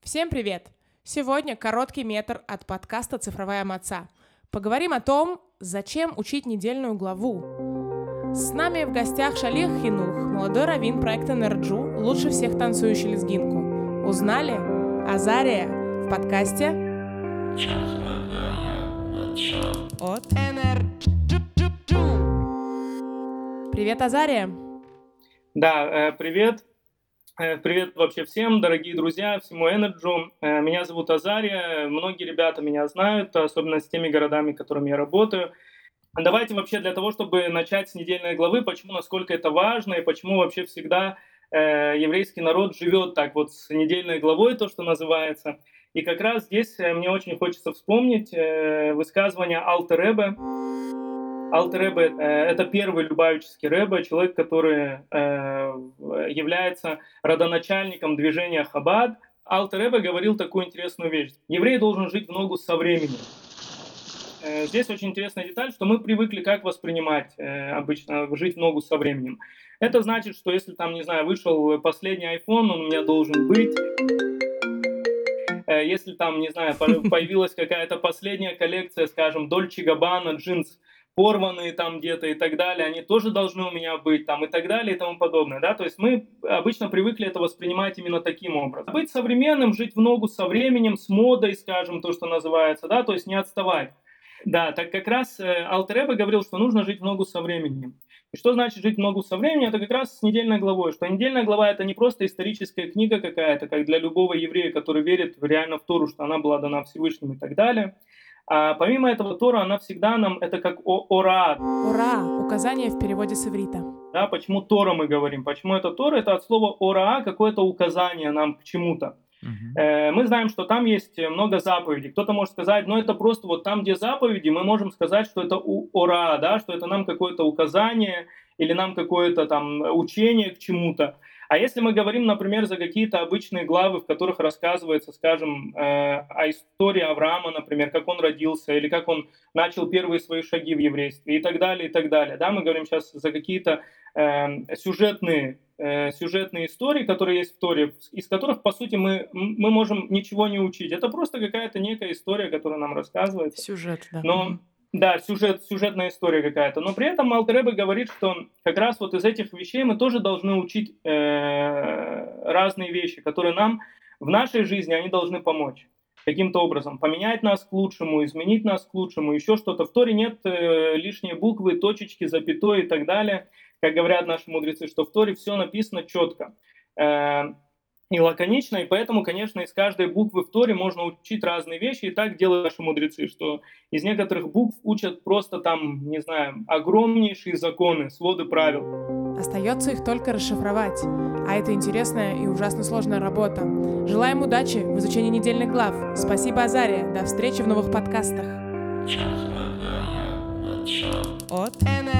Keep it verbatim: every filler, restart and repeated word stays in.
Всем привет! Сегодня короткий метр от подкаста «Цифровая маца». Поговорим о том, зачем учить недельную главу. С нами в гостях Шалих Хинух, молодой раввин проекта Нерджу, лучше всех танцующий лезгинку. Узнали? Азария в подкасте от Нерджу. Привет, Азария! Да, привет. Привет вообще всем, дорогие друзья, всему Энерджу. Меня зовут Азария, многие ребята меня знают, особенно с теми городами, которыми я работаю. Давайте вообще для того, чтобы начать с недельной главы, почему, насколько это важно и почему вообще всегда э, еврейский народ живет так вот с недельной главой, то, что называется. И как раз здесь мне очень хочется вспомнить э, высказывание Алтер Ребе. Алтер Ребе э, – это первый любавический ребе, человек, который э, является родоначальником движения Хабад. Алтер Ребе говорил такую интересную вещь. Еврей должен жить в ногу со временем. Э, здесь очень интересная деталь, что мы привыкли как воспринимать э, обычно жить в ногу со временем. Это значит, что если там, не знаю, вышел последний iPhone, он у меня должен быть. Э, если там, не знаю, появилась какая-то последняя коллекция, скажем, Dolce Gabbana, джинс, порванные там где-то и так далее, они тоже должны у меня быть там и так далее и тому подобное, да, то есть мы обычно привыкли это воспринимать именно таким образом. Быть современным, жить в ногу со временем, с модой, скажем, то, что называется, да, то есть не отставать. Да, так как раз э, Алтер Ребе говорил, что нужно жить в ногу со временем. И что значит жить в ногу со временем? Это как раз с недельной главой, что недельная глава это не просто историческая книга какая-то, как для любого еврея, который верит реально в Тору, что она была дана Всевышним и так далее. А помимо этого, Тора, она всегда нам, это как ора. Ура! Указание в переводе с иврита. Да, почему Тора мы говорим? Почему это Тора? Это от слова ора, какое-то указание нам к чему-то. Uh-huh. Э, мы знаем, что там есть много заповедей. Кто-то может сказать, ну это просто вот там, где заповеди, мы можем сказать, что это ора, да, что это нам какое-то указание или нам какое-то там учение к чему-то. А если мы говорим, например, за какие-то обычные главы, в которых рассказывается, скажем, э, о истории Авраама, например, как он родился, или как он начал первые свои шаги в еврействе, и так далее, и так далее. Да, мы говорим сейчас за какие-то э, сюжетные, э, сюжетные истории, которые есть в Торе, из которых, по сути, мы, мы можем ничего не учить. Это просто какая-то некая история, которая нам рассказывается. Сюжет, да. Но... Да, сюжет, сюжетная история какая-то. Но при этом Алтер Ребе говорит, что как раз вот из этих вещей мы тоже должны учить э, разные вещи, которые нам в нашей жизни, они должны помочь каким-то образом. Поменять нас к лучшему, изменить нас к лучшему, еще что-то. В Торе нет э, лишней буквы, точечки, запятой и так далее. Как говорят наши мудрецы, что в Торе все написано четко. Э, и лаконично, и поэтому, конечно, из каждой буквы в Торе можно учить разные вещи, и так делают наши мудрецы, что из некоторых букв учат просто там, не знаю, огромнейшие законы, своды правил. Остается их только расшифровать, а это интересная и ужасно сложная работа. Желаем удачи в изучении недельных глав. Спасибо, Азария, до встречи в новых подкастах. От